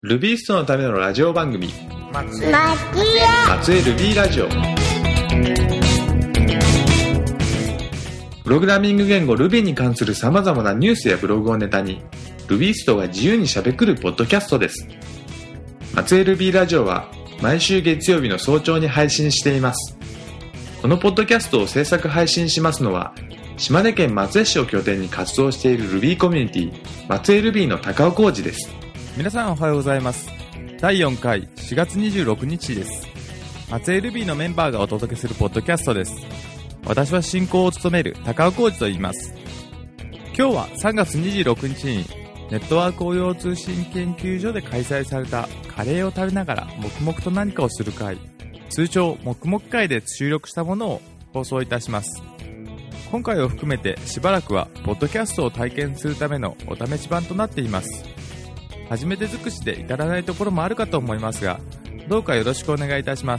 ルビーストのためのラジオ番組松江ルビーラジオ。プログラミング言語 Ruby に関する様々なニュースやブログをネタにルビーストが自由にしゃべくるポッドキャストです。松江ルビーラジオは毎週月曜日の早朝に配信しています。このポッドキャストを制作配信しますのは島根県松江市を拠点に活動している Ruby コミュニティ松江ルビーの高尾浩二です。 皆さんおはようございます。第4回4月26日です。松江ルビーのメンバーがお届けするポッドキャストです。私は進行を務める高尾浩二と言います。今日は3月26日にネットワーク応用通信研究所で開催されたカレーを食べながら黙々と何かをする会、通称黙々会で収録したものを放送いたします。今回を含めてしばらくはポッドキャストを体験するためのお試し版となっています。初めて尽くしで至らないところもあるかと思いますが、どうかよろしくお願いいたします。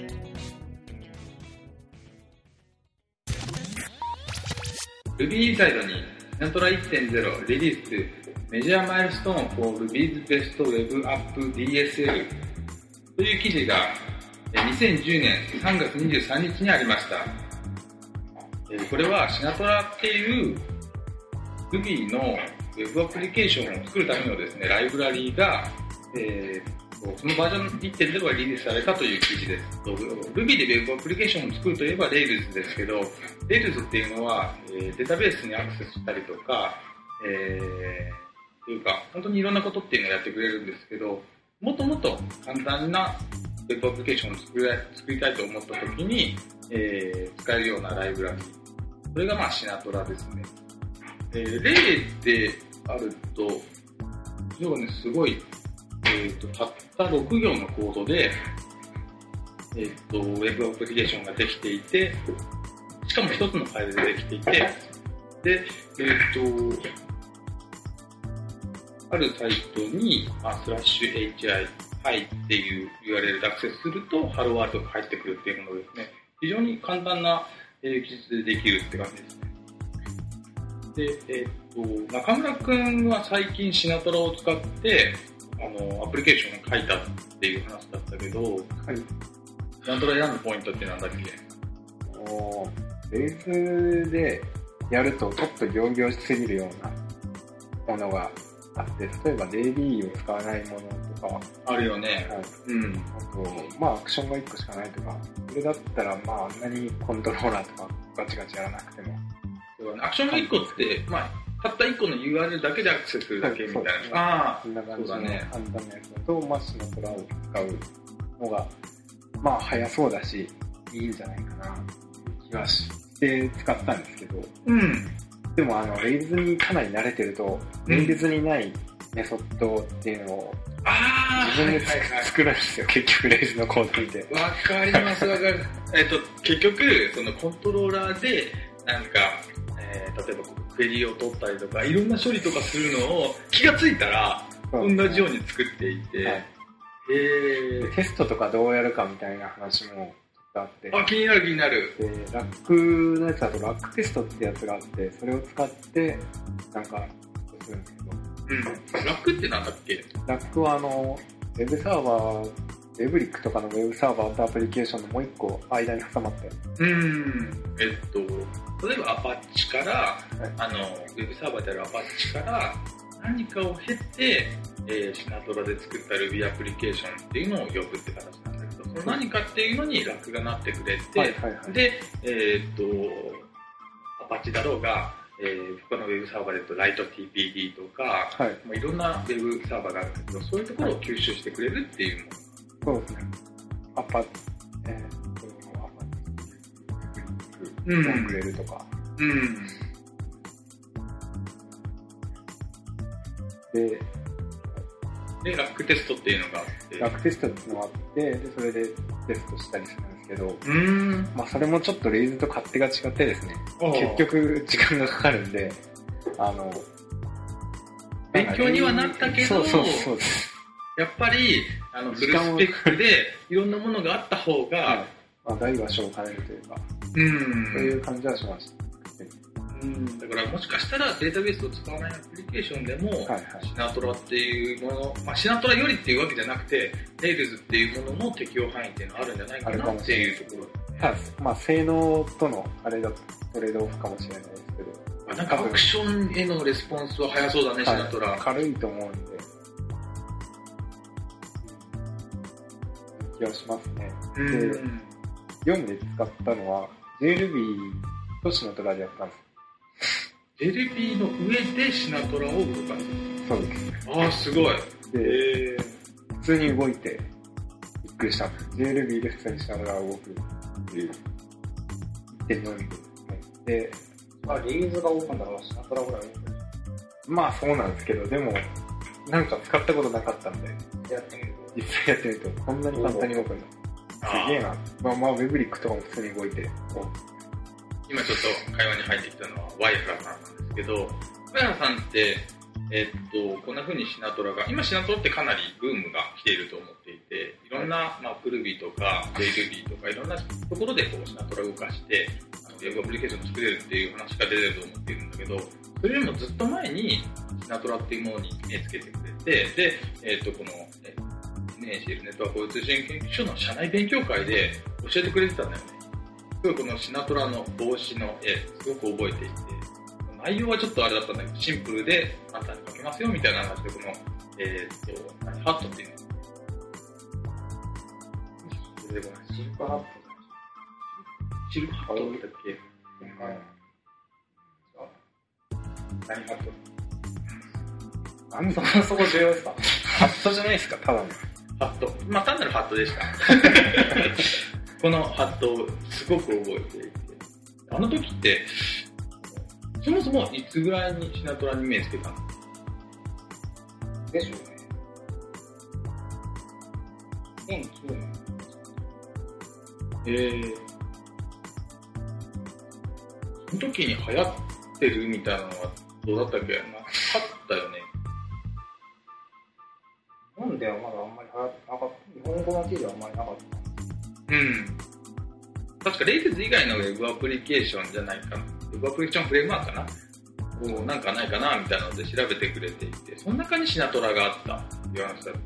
Ruby インサイドにシナトラ 1.0 リリースメジャーマイルストーン for Ruby's Best Web App DSL という記事が2010年3月23日にありました。これはシナトラっていう Ruby のウェブアプリケーションを作るためのですね、ライブラリーが、そのバージョン 1.0 がリリースされたという記事です。Ruby でウェブアプリケーションを作るといえば Rails ですけど、Rails っていうのは、データベースにアクセスしたりとか、というか、本当にいろんなことっていうのをやってくれるんですけど、もっともっと簡単なウェブアプリケーションを作りたいと思ったときに、使えるようなライブラリー。それがシナトラですね。例であると、要はね、すごい、たった6行のコードで、ウェブアプリケーションができていて、しかも一つのファイルでできていて、で、あるサイトに、/hi っていう URL でアクセスすると、Hello World が入ってくるっていうものですね。非常に簡単な技術でできるって感じですね。で、中村くんは最近シナトラを使ってアプリケーションを書いたっていう話だったけど、はい、シナトラ選ぶポイントってなんだっけ？ ベースでやるとちょっと仰々しすぎるようなものがあって、例えば DB を使わないものとかあるよね。 はい、あとアクションが1個しかないとか、それだったらあんなにコントローラーとかガチガチやらなくても。 アクション1個って、たった1個の URL だけでアクセスするだけみたいな。 そんな感じの簡単なやつだと、シナトラを使うのが、早そうだし、いいんじゃないかな、気がして使ったんですけど、でもRails にかなり慣れてると、Rails にないメソッドっていうのを、自分で作るんですよ、結局Railsのコード見て。 わかります、わかる。結局、そのコントローラーで、例えばクエリを取ったりとかいろんな処理とかするのを気がついたら同じように作っていて、はい、 テストとかどうやるかみたいな話もちょっとあって、 気になる気になる。 ラックのやつだとラックテストってやつがあって、それを使ってするんですけど、 ラックってなんだっけ？ ラックはウェブサーバー、ウェブリックとかのウェブサーバーとアプリケーションのもう一個間に挟まって。 例えばアパッチから、ウェブサーバーであるアパッチから何かを経て、シナトラで作った Ruby アプリケーションっていうのを呼ぶって形なんだけど、その何かっていうのにラックがなってくれて、で、アパッチだろうが、他のウェブサーバーで言うと LightTPD とか、いろんなウェブサーバーがあるんだけど、そういうところを吸収してくれるっていうもの。 そうですね。くれるとか。 で、ラックテストっていうのがあって。 ラックテストっていうのがあって、で、それでテストしたりするんですけど、それもちょっとRailsと勝手が違ってですね、結局時間がかかるんで、 勉強にはなったけど、 そうやっぱり、フルスペックでいろんなものがあった方が、 大は小を兼ねるというか、そういう感じはしました。 だからもしかしたらデータベースを使わないアプリケーションでも、シナトラっていうもの、まあ、シナトラよりっていうわけじゃなくて、Rails っていうものの適用範囲っていうのはあるんじゃないかなっていうところ、ね。 まあ、性能とのあれだとトレードオフかもしれないですけど。 なんかアクションへのレスポンスは早そうだね、シナトラ。 軽いと思うんで。気がしますね。で、業務で使ったのは JRuby とシナトラでやったんです。 JRuby の上でシナトラを動かす。 そうです。 ああ、すごい。 で、普通に動いてびっくりした。JRuby で普通にシナトラが動くっていう点のみですね。で、 まあ、リーズが動くんだからシナトラぐらい動く。 まあそうなんですけど、でも、なんか使ったことなかったんで、 やってみると。 実際やってみるとこんなに簡単に動くんだ。すげえな。まあウェブリックとかも普通に動いて。 今ちょっと会話に入ってきたのはワイハラさんなんですけど、ワイハラさんって、こんな風にシナトラが、今シナトラってかなりブームが来ていると思っていて、いろんな、まあ、プルビーとか、JRuby とかいろんなところでこうシナトラを動かして、ウェブアプリケーションを作れるっていう話が出てると思っているんだけど、それよりもずっと前にシナトラっていうものに目つけてくれて、で、この、NACL ネットワーク通信研究所の社内勉強会で教えてくれてたんだよね。すごいこのシナトラの帽子の絵、すごく覚えていて、内容はちょっとあれだったんだけど、シンプルで簡単に書けますよみたいな話で、この、ハットっていうの。それでごめん、シルクハットシルクハットだっけ？何ハット？ 何そこ重要ですか？ ハットじゃないですか、ただの。 ハット。まあ、単なるハットでした。このハットをすごく覚えていて。あの時って、そもそもいつぐらいにシナトラに目つけたの？ でしょうね。2009年。 その時に流行ってるみたいなのはどうだったっけ？なかったよね。 日本ではまだあんまり流行ってなかった。日本語の記事はあんまりなかった。 確かレイルズ以外のウェブアプリケーションじゃないかな。ウェブアプリケーションフレームワークかな？なんかないかなみたいなので調べてくれていて、その中にシナトラがあったっていう話だった。ち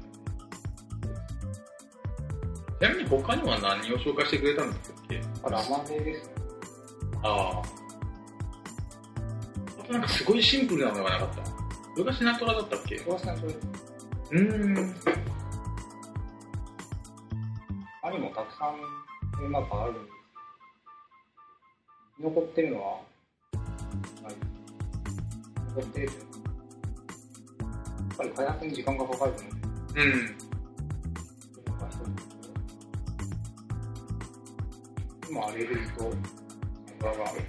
なみに他には何を紹介してくれたんだっけ？ ラマネですね。 あとなんかすごいシンプルなのがなかった。それがシナトラだったっけ？ そうですね、それ。他にもたくさんフレームワークあるんです。残ってるのは、残ってるというのは、やっぱり開発に時間がかかるので、それが一つ。今、レベルと、サーバーがある。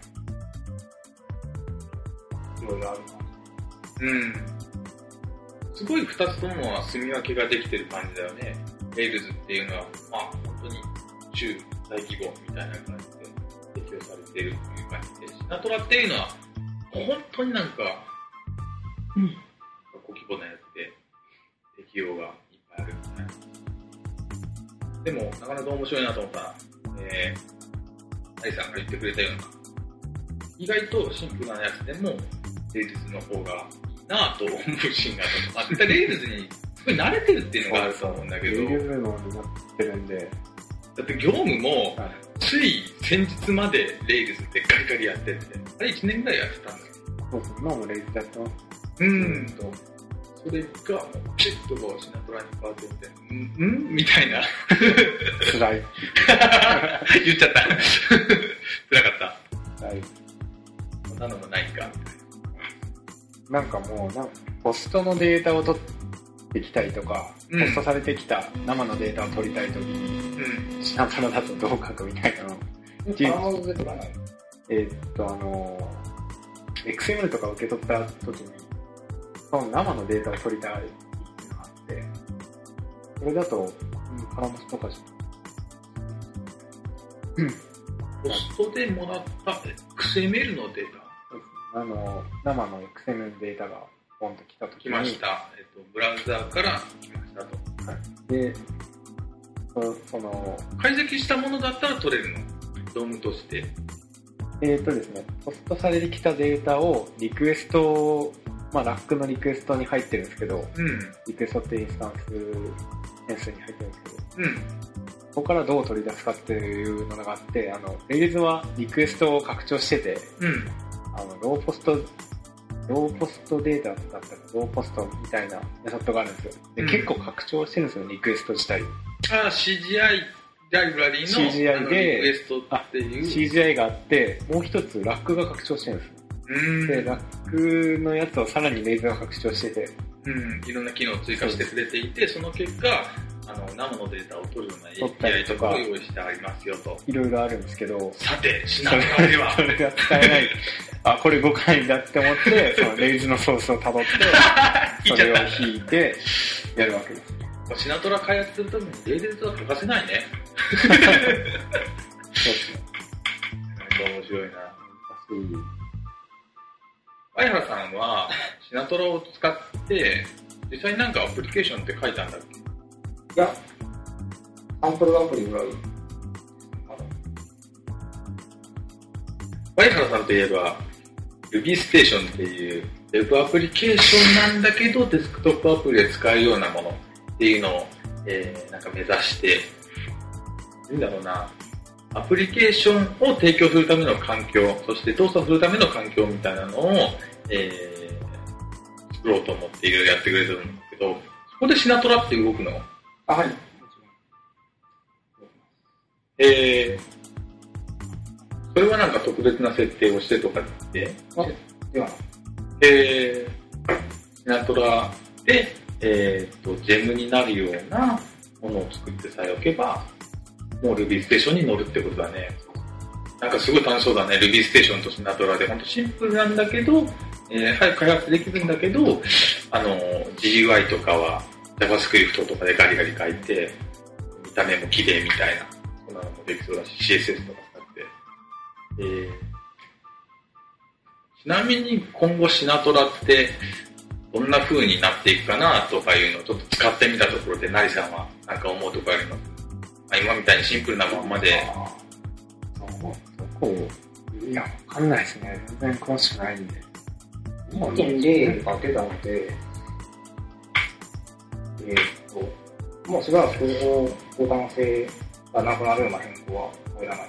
いろいろあるな。 すごい二つともは住み分けができてる感じだよね。レイルズっていうのは、まあ本当に中大規模みたいな感じで適用されているという感じで、シナトラっていうのは本当になんか、小規模なやつで適用がいっぱいあるみたいな。でもなかなか面白いなと思ったら、アリさんが言ってくれたような、意外とシンプルなやつでもレイルズの方がなぁと思うシーンがあると。レイルズにすごい慣れてるっていうのがあると思うんだけど。 レイルズのになってるんで。 だって業務も、つい先日までレイルズってガリガリやってて、あれ1年ぐらいやってたんだけど。 そうそう、今もレイルズやってます。 それが、チッとこうシナトラに変わってみて、みたいな。 辛い。 言っちゃった。辛かった。 辛い。 こんなのもないか、みたいな。 なんかもうポストのデータを取ってきたりとか、ポストされてきた生のデータを取りたいときに、シナトラだとどう書くみたいなの。XML とか受け取ったときに、その生のデータを取りたいっていうのがあって、それだと、カラモスとかポストでもらった XML のデータ？ 生の XML データがポンと来たときに。 来ました。ブラウザーから来ましたと。 はい。で、その、 解析したものだったら取れるの？ドームとして。 ですね、ポストされてきたデータをリクエスト、ラックのリクエストに入ってるんですけど、リクエストってインスタンス変数に入ってるんですけど、ここからどう取り出すかっていうのがあって、Rails はリクエストを拡張してて、ローポストデータだったらローポストみたいなメソッドがあるんですよ。で、結構拡張してるんですよ、リクエスト自体。 CGI ライブラリーの CGI でリクエストっていう。 CGI があって、もう一つラックが拡張してるんですよ。で、ラックのやつをさらにRailsが拡張してて、 いろんな機能を追加してくれていて、その結果、生のデータを取るような API とかを用意してありますよと。 いろいろあるんですけど、 さて、品川では。 それが使えない。これ5回だって思って、そのRailsのソースを辿って、それを引いてやるわけです。 シナトラ開発するためにRailsは欠かせないね。 そうですね。 面白いな。相原さんはシナトラを使って実際になんかアプリケーションって書いたんだっけ？ いや、サンプルアプリぐらい。 相原さんといえば Ruby Station っていうウェブアプリケーションなんだけどデスクトップアプリで使えるようなものっていうのを、なんか目指してなんだろうな、アプリケーションを提供するための環境、そして動作するための環境みたいなのを、作ろうと思っていろいろやってくれてるんだけど、そこでシナトラって動くの？ はい。 それはなんか特別な設定をしてとかって？ ではなシナトラで、ジェムになるようなものを作ってさえおけば、もう Ruby Station に乗るってことだね。なんかすごい楽しそうだね。Ruby Station とシナトラで、ほんとシンプルなんだけど、早く開発できるんだけど、GUI とかは JavaScript とかでガリガリ書いて、見た目も綺麗みたいな、そんなのもできそうだし、CSS とか使って。ちなみに今後シナトラってどんな風になっていくかなとかいうのをちょっと使ってみたところで、成さんはなんか思うところあります？今みたいにシンプルなままで。 いや、わかんないですね。全然詳しくないんで。 1.0 が出たので、もうしばらく交換性がなくなるような変更は入らない。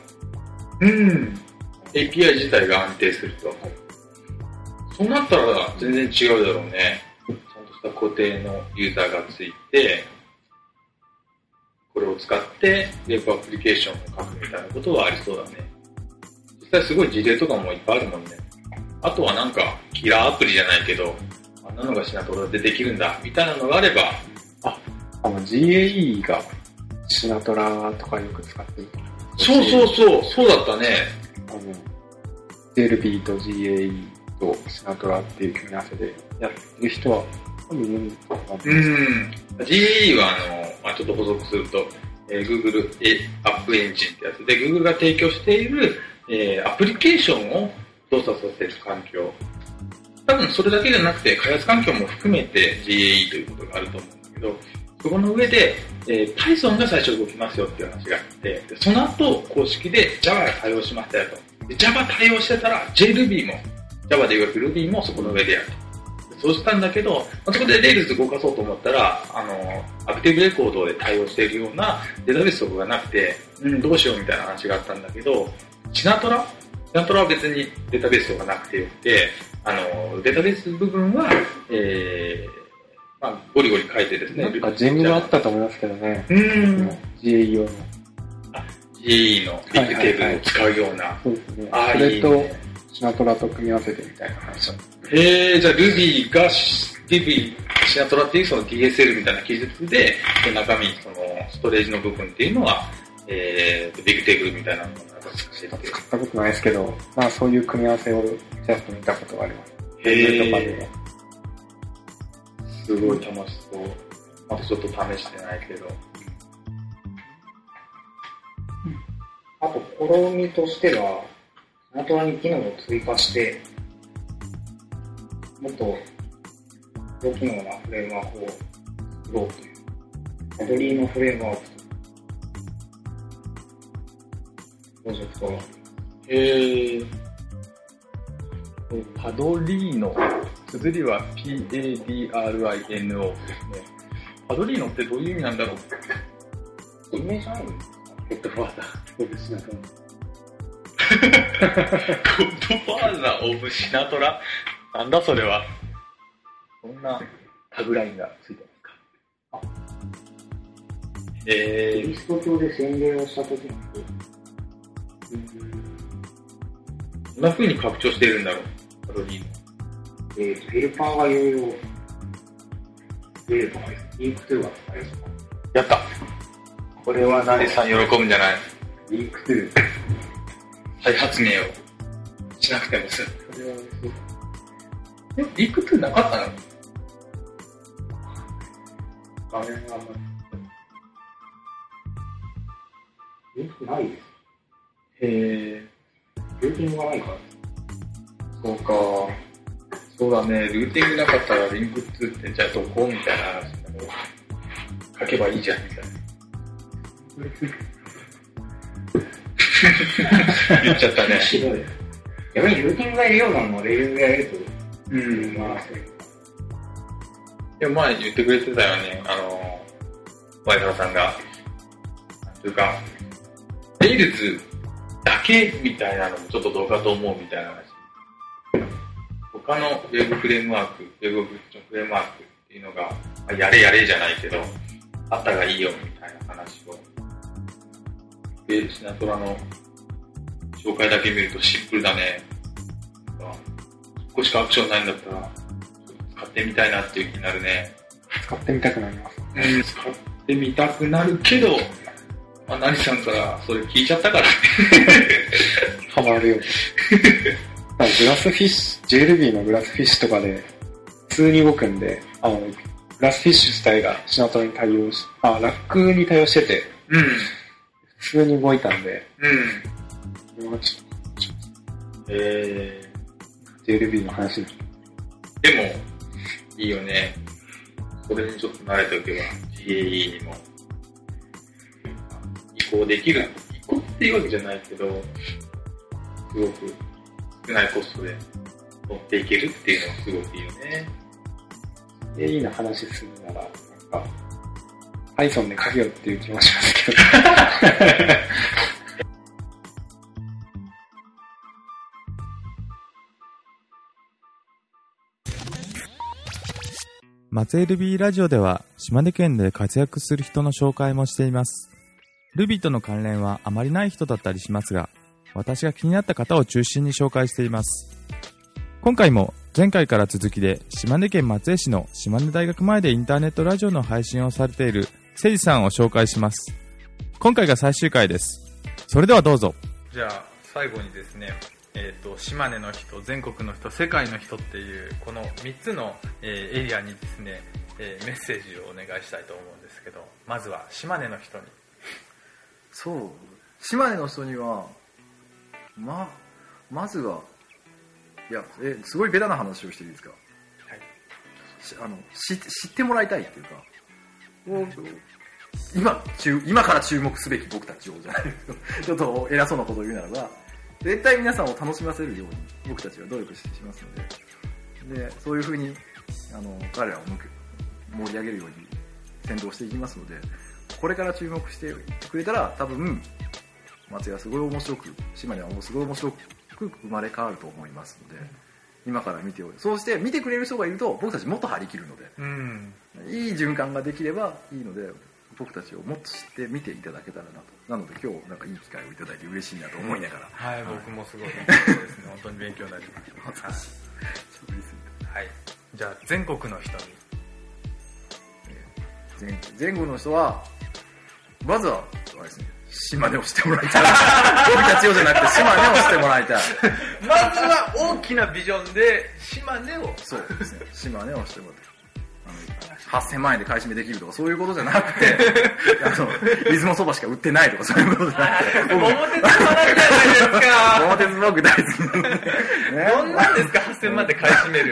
API 自体が安定すると。そうなったら全然違うだろうね。ちゃんとした固定のユーザーがついて、これを使ってウェブアプリケーションを書くみたいなことはありそうだね。実際すごい事例とかもいっぱいあるもんね。あとはなんかキラーアプリじゃないけど、あんなのがシナトラでできるんだみたいなのがあれば、 GAE がシナトラとかよく使ってる。 そうだったね。 JLB と GAE とシナトラっていう組み合わせでやってる人は多分いるんだと思うんです。 GAE はちょっと補足すると、Google アップエンジンってやつで Google が提供している、アプリケーションを動作させる環境。多分それだけじゃなくて開発環境も含めて GAE ということがあると思うんだけど、そこの上で、Python が最初動きますよっていう話があって、その後公式で Java が対応しましたよと。で Java 対応してたら JRuby も Java で描く Ruby もそこの上でやると。そうしたんだけど、そこで Rails 動かそうと思ったら、アクティブレコードで対応しているようなデータベースとかがなくて、どうしようみたいな話があったんだけど、シナトラは別にデータベースとかなくてよくて、データベース部分は、ゴリゴリ書いてですね。 なんかジェムがあったと思いますけどね。GAE 用の。 GAE のビッグテーブルを使うような。 そうですね。それとシナトラと組み合わせてみたいな話だった。 じゃあ Ruby が Ruby シナトラっていうその DSL みたいな記述で、中身、そのストレージの部分っていうのは、ビッグテーブルみたいなのを使ったことないですけど、そういう組み合わせをジャスト見たことがあります。 すごい楽しそう。またちょっと試してないけど。 あと、試みとしては、シナトラに機能を追加して、もっと高機能なフレームワークを作ろうという。モデリーのフレームワークというプロジェクトが。 パドリーノ。綴りは PADRINO ですね。パドリーノってどういう意味なんだろう。 イメージあるんですか？ ゴッドファーザー、オブシナトラ。 ゴッドファーザーオブシナトラ？なんだそれは。そんなタグラインがついてますか？あ、 キリスト教で洗礼をしたときに、 どんな風に拡張しているんだろう、パドリーノ。 ヘルパーがいろいろ出るとかです。リンクトゥーがありますか？ やった。これはナリさん喜ぶんじゃない？ リンクトゥー。 再発明をしなくてもする。それはでもリンクトゥーなかったの？ 画面があんまり。リンクないです。 へルーティングがないから。 そうか。そうだね、ルーティングなかったらリンクトゥーってじゃあどこみたいな話だけど、書けばいいじゃんみたいな。言っちゃったね。 ひどい。逆にルーティングがいるようなのをレビューがやると、まあ、 でも前言ってくれてたよね、ワイハラさんが。なんていうか、レイルズだけみたいなのもちょっとどうかと思うみたいな話。他のウェブフレームワーク、ウェブフレームワークっていうのが、やれやれじゃないけど、あったがいいよみたいな話を。で、シナトラの紹介だけ見るとシンプルだね。ここしかアクションないんだったら、使ってみたいなっていう気になるね。 使ってみたくなります。 使ってみたくなるけど、ナリさんからそれ聞いちゃったからね。 ハマるよ。グラスフィッシュ、JLB のグラスフィッシュとかで、普通に動くんで、グラスフィッシュ自体がシナトラに対応し、ラックに対応してて、普通に動いたんで、これはちょっと、JLB の話です。 でも、いいよね。それにちょっと慣れておけば、GAE にも、移行できる。移行っていうわけじゃないけど、すごく、少ないコストで乗っていけるっていうのはすごくいいよね。 いいな話するなら、なんか、Python で書けよっていう気もしますけど。 松江 Ruby ラジオでは島根県で活躍する人の紹介もしています。Ruby との関連はあまりない人だったりしますが、私が気になった方を中心に紹介しています。今回も前回から続きで島根県松江市の島根大学前でインターネットラジオの配信をされているせいじさんを紹介します。今回が最終回です。それではどうぞ。 じゃあ最後にですね、島根の人、全国の人、世界の人っていうこの3つの、エリアにですね、メッセージをお願いしたいと思うんですけど、まずは島根の人に。 そう、島根の人にはまずはいや、すごいベタな話をしていいですか？はい。知ってもらいたいっていうか、今から注目すべき僕たちをじゃないちょっと偉そうなことを言うならば、絶対皆さんを楽しませるように僕たちは努力しますので、そういう風に彼らを盛り上げるように先導していきますので、これから注目してくれたら多分松江はすごい面白く、島根はすごい面白く生まれ変わると思いますので、今から見ておいて、そうして見てくれる人がいると僕たちもっと張り切るので、いい循環ができればいいので、僕たちをもっと知って見ていただけたらなと。なので今日なんかいい機会をいただいて嬉しいなと思いながら、 はい、僕もすごいですね。本当に勉強になりました。はい。じゃあ全国の人に、 全国の人はまずはあれですね、島根をしてもらいたい。僕たちをじゃなくて島根をしてもらいたい。 まずは大きなビジョンで島根を、 そうですね、島根をしてもらいたい。8000万円で買い占めできるとかそういうことじゃなくて、出雲そばしか売ってないとかそういうことじゃなくて、 桃鉄の話じゃないですか。 桃鉄僕大好きなので、 どんなんですか、8000万で買い占める。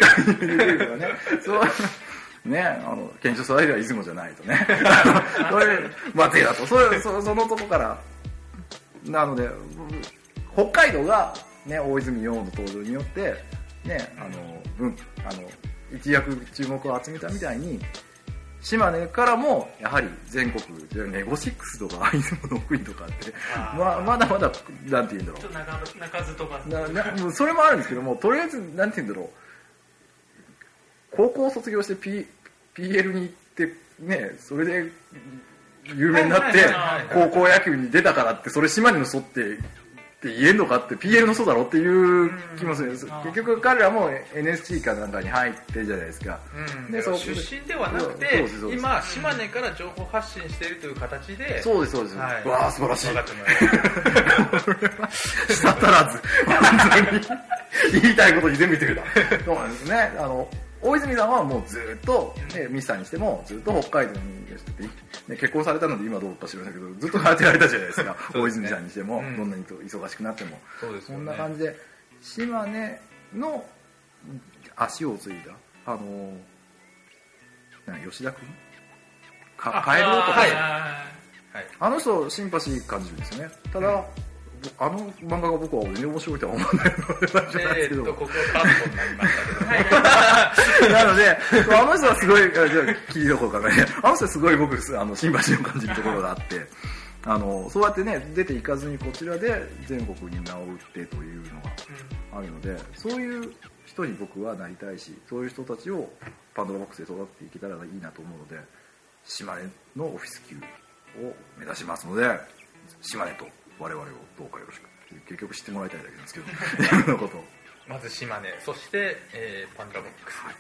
そうね、県庁所在では出雲じゃないとね。そういう松江だと、そのとこからなので、 北海道が、ね、大泉洋の登場によって、ね、一躍注目を集めたみたいに、島根からもやはり全国でネゴシックスとか出雲の国とかってまだまだなんて言うんだろう、 ちょっと鳴かず飛ばずそれもあるんですけども、とりあえずなんて言うんだろう、高校卒業して、PL に行ってね、それで有名になって高校野球に出たからってそれ島根の人って言えんのかって、 PL の人だろっていう気もするんです。結局彼らも NSC かなんかに入ってるじゃないですか。 で出身ではなくて、今島根から情報発信しているという形で。 そうですそうです、はい、わあ素晴らしい。 分かってもらえるしたたらず本当に言いたいことに全部言ってくれた。そうなんですね。大泉さんはもうずっと、ね、ミスターにしてもずっと北海道にいらしてて、ね、結婚されたので今どうか知らないけどずっと働いてられたじゃないですか。大泉さんにしても、どんなに忙しくなっても、そんな感じで島根の足を継いだ吉田君カエル男、あの人シンパシー感じるんですよね。ただ、あの漫画が僕は全然面白いとは思わないので、 ここカットになりましたけど、 なので、あの人はすごい、じゃあ聞いとこうかね。あの人はすごい僕、シンパシーを感じるところがあって、そうやってね、出ていかずにこちらで全国に名を打ってというのがあるので、そういう人に僕はなりたいし、そういう人たちをパンドラボックスで育っていけたらいいなと思うので、島根のオフィス級を目指しますので、島根と我々をどうかよろしく。結局知ってもらいたいだけなんですけど、自分のことを。 まず島根、そして、パンダボックス、はい、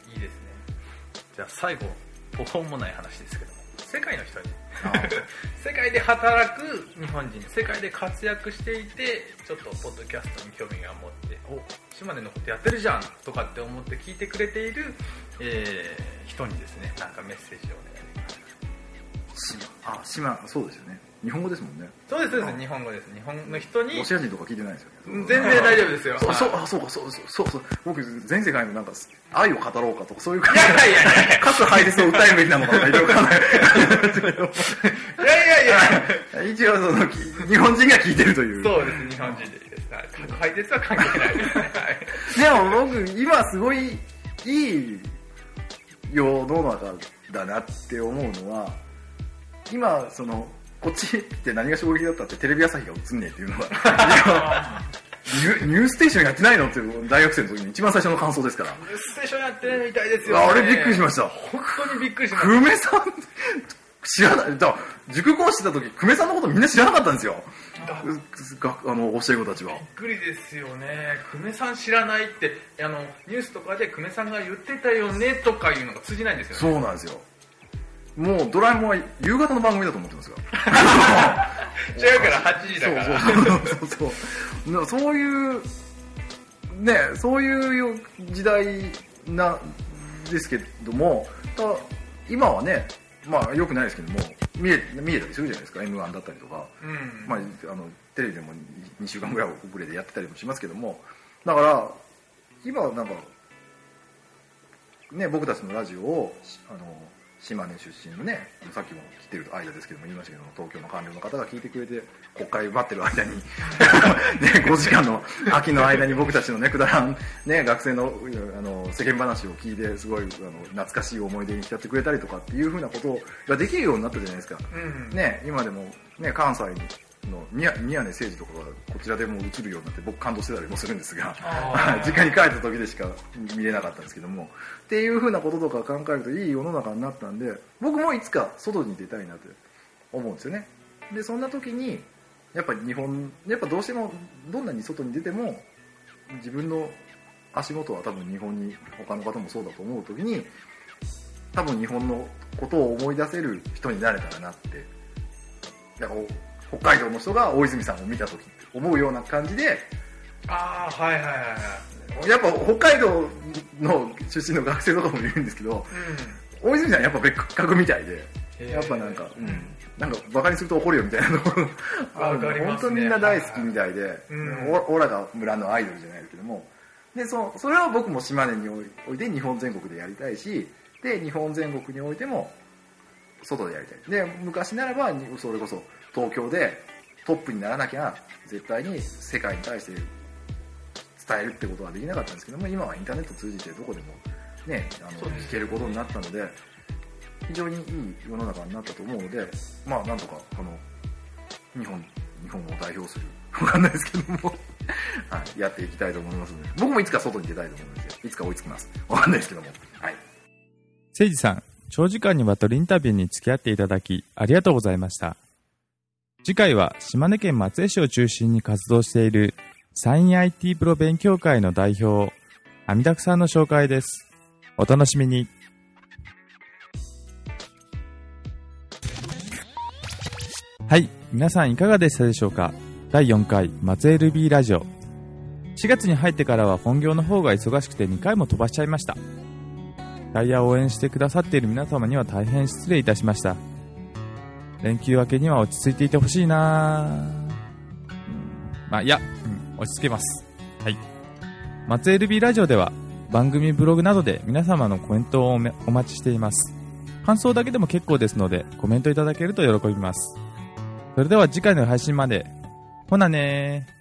いいですね。じゃあ最後、途方もない話ですけども、世界の人に世界で働く日本人、世界で活躍していて、ちょっとポッドキャストに興味が持って、島根のことやってるじゃんとかって思って聞いてくれている、人にですね、なんかメッセージをお願いします。 そうですよね。日本語ですもんね。 そうです、そうです。日本語です。日本の人に。 ロシア人とか聞いてないですよね。 全然大丈夫ですよ。 そう。僕、全世界のなんか、愛を語ろうかとか、そういう感じで。各配列を訴えるべきなのかとか、いろいろ考える。一応、日本人が聞いてるという。 そうです、日本人でいいです。各配列は関係ないですね。 でも僕、今すごいいい世の中だなって思うのは、今、こっちって何が衝撃だったってテレビ朝日が映んねえっていうのがニューステーションやってないのって大学生の時に一番最初の感想ですから。 ニューステーションやってないみたいですよね。 あれびっくりしました。 本当にびっくりしました。 久米さん知らない。だから塾講師した時久米さんのことみんな知らなかったんですよ。教え子たちは。 びっくりですよね。久米さん知らないってニュースとかで久米さんが言ってたよねとかいうのが通じないんですよね。 そうなんですよ。もうドラえもんは夕方の番組だと思ってますよ。 違うから8時だから。 そういうね、そういう時代なんですけども、今はね、まあ良くないですけども、見えたりするじゃないですか。M1 だったりとか、まあテレビでも2週間ぐらい遅れでやってたりもしますけども、だから今はなんかね、僕たちのラジオを島根出身のね、さっきも来てる間ですけども言いましたけども、東京の官僚の方が聞いてくれて、国会待ってる間にね、5時間の秋の間に僕たちのね、くだらんね、学生の世間話を聞いて、すごい懐かしい思い出に浸ってくれたりとかっていう風なことができるようになったじゃないですか。ね、今でもね、関西の宮根誠司とかがこちらでも映るようになって僕感動してたりもするんですが、実家に帰った時でしか見れなかったんですけども、っていう風なこととか考えるといい世の中になったんで、僕もいつか外に出たいなって思うんですよね。でそんな時にやっぱどうしてもどんなに外に出ても自分の足元は多分日本に、他の方もそうだと思う時に、多分日本のことを思い出せる人になれたらなって、だから北海道の人が大泉さんを見た時思うような感じで、やっぱ北海道の出身の学生とかもいるんですけど、大泉さんやっぱ別格みたいで、やっぱなんかバカにすると怒るよみたいなところ本当にみんな大好きみたいで、オラが村のアイドルじゃないけども、でそれは僕も島根において日本全国でやりたいし、で日本全国においても外でやりたい。で昔ならばそれこそ東京でトップにならなきゃ絶対に世界に対して伝えるってことはできなかったんですけども、今はインターネット通じてどこでもね聞けることになったので、非常にいい世の中になったと思うので、まあなんとかこの日本を代表するわかんないですけどもはい、やっていきたいと思いますので、僕もいつか外に出たいと思うので、いつか追いつきます。わかんないですけども。はい。 せいじさん、長時間にわたるインタビューに付き合っていただき、ありがとうございました。次回は島根県松江市を中心に活動しているサイン IT プロ勉強会の代表、阿弥陀さんの紹介です。お楽しみに。はい、皆さんいかがでしたでしょうか。第4回松江 LB ラジオ。4月に入ってからは本業の方が忙しくて2回も飛ばしちゃいました。ダイヤを応援してくださっている皆様には大変失礼いたしました。連休明けには落ち着いていてほしいなまあいや、落ち着けます。はい。松江 LB ラジオでは番組ブログなどで皆様のコメントをお待ちしています。感想だけでも結構ですのでコメントいただけると喜びます。それでは次回の配信まで。ほなねー。